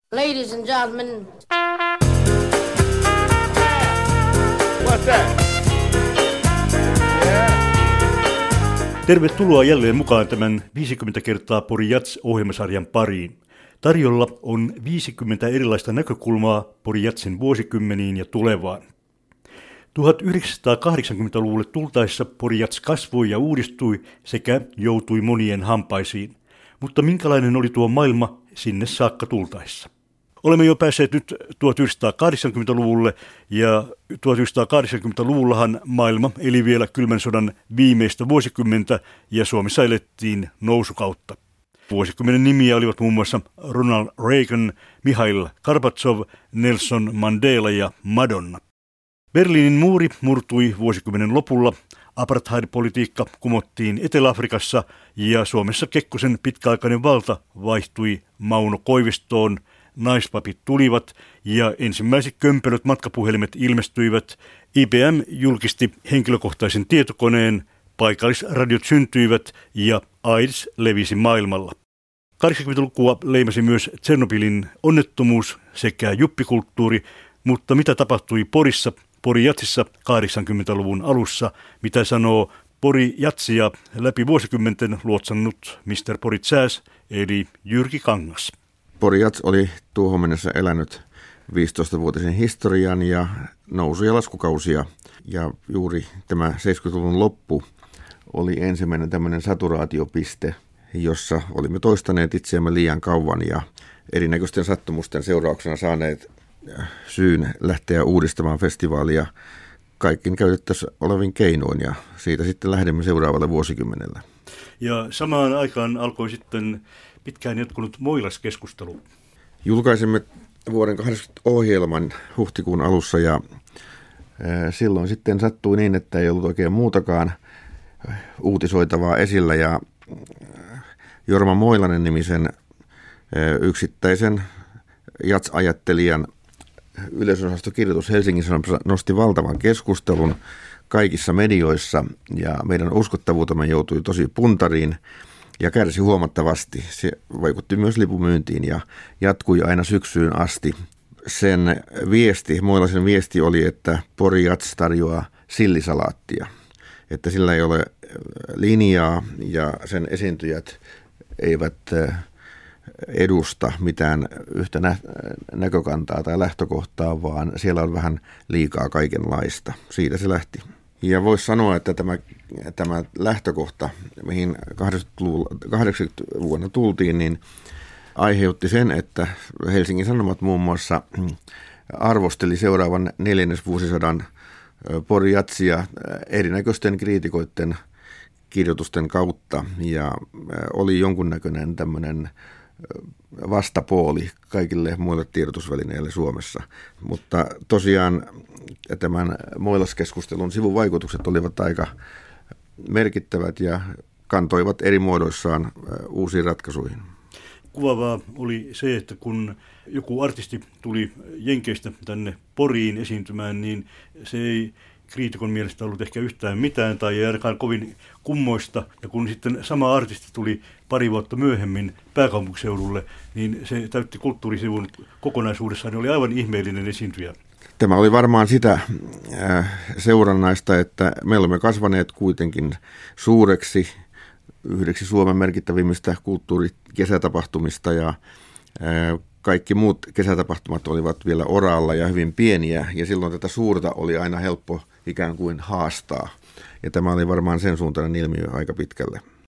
Ladies and gentlemen. What's that? Yeah. Tervetuloa jälleen mukaan tämän 50 kertaa Pori Jats-ohjelmasarjan pariin. Tarjolla on 50 erilaista näkökulmaa Pori Jatsin vuosikymmeniin ja tulevaan. 1980-luvulle tultaessa Pori Jats kasvoi ja uudistui sekä joutui monien hampaisiin. Mutta minkälainen oli tuo maailma sinne saakka tultaessa? Olemme jo päässeet nyt 1980-luvulle ja 1980-luvullahan maailma eli vielä kylmän sodan viimeistä vuosikymmentä ja Suomessa elettiin nousukautta. Vuosikymmenen nimiä olivat muun muassa Ronald Reagan, Mikhail Gorbatsov, Nelson Mandela ja Madonna. Berliinin muuri murtui vuosikymmenen lopulla, apartheid-politiikka kumottiin Etelä-Afrikassa ja Suomessa Kekkosen pitkäaikainen valta vaihtui Mauno Koivistoon, naispapit tulivat ja ensimmäiset kömpelöt matkapuhelimet ilmestyivät, IBM julkisti henkilökohtaisen tietokoneen, paikallisradiot syntyivät ja AIDS levisi maailmalla. 80-lukua leimasi myös Tšernobylin onnettomuus sekä juppikulttuuri, mutta mitä tapahtui Porissa, Pori Jatsissa 80-luvun alussa, mitä sanoo Pori Jatsia läpi vuosikymmenten luotsannut Mr. Pori Jazz eli Jyrki Kangas. Pori Jats oli tuohon mennessä elänyt 15-vuotisen historian ja nousu- ja laskukausia. Ja juuri tämä 70-luvun loppu oli ensimmäinen tämmöinen saturaatiopiste, jossa olimme toistaneet itseämme liian kauan ja erinäköisten sattumusten seurauksena saaneet syyn lähteä uudistamaan festivaalia kaikkin käytettävissä olevin keinoin ja siitä sitten lähdemme seuraavalle vuosikymmenelle. Ja samaan aikaan alkoi sitten pitkään jatkunut Moilas-keskustelu. Julkaisimme vuoden 80 ohjelman huhtikuun alussa ja silloin sitten sattui niin, että ei ollut oikein muutakaan uutisoitavaa esillä ja Jorma Moilanen nimisen yksittäisen jats-ajattelijan yleisönosastokirjoitus Helsingin Sanomissa nosti valtavan keskustelun kaikissa medioissa ja meidän uskottavuutemme joutui tosi puntariin ja kärsi huomattavasti. Se vaikutti myös lipumyyntiin ja jatkui aina syksyyn asti. Sen viesti, Moilasen viesti oli, että Pori Jats tarjoaa sillisalaattia, että sillä ei ole linjaa ja sen esiintyjät eivät edusta mitään yhtä näkökantaa tai lähtökohtaa, vaan siellä on vähän liikaa kaikenlaista. Siitä se lähti. Ja voisi sanoa, että tämä lähtökohta, mihin 80 vuonna tultiin, niin aiheutti sen, että Helsingin Sanomat muun muassa arvosteli seuraavan neljännesvuosisadan Pori Jatsia erinäköisten kriitikoiden kirjoitusten kautta ja oli jonkunnäköinen tämmöinen vastapooli kaikille muille tiedotusvälineille Suomessa. Mutta tosiaan tämän Moilas-keskustelun sivuvaikutukset olivat aika merkittävät ja kantoivat eri muodoissaan uusiin ratkaisuihin. Kuvaavaa oli se, että kun joku artisti tuli Jenkeistä tänne Poriin esiintymään, niin se ei kriitikon mielestä ollut ehkä yhtään mitään tai ei ainakaan kovin kummoista. Ja kun sitten sama artisti tuli pari vuotta myöhemmin pääkaupunkiseudulle, niin se täytti kulttuurisivun kokonaisuudessaan, niin oli aivan ihmeellinen esiintyjä. Tämä oli varmaan sitä seurannaista, että me olemme kasvaneet kuitenkin suureksi yhdeksi Suomen merkittävimmistä kulttuurikesätapahtumista ja kaikki muut kesätapahtumat olivat vielä oraalla ja hyvin pieniä ja silloin tätä suurta oli aina helppo ikään kuin haastaa. Ja tämä oli varmaan sen suuntainen ilmiö aika pitkälle.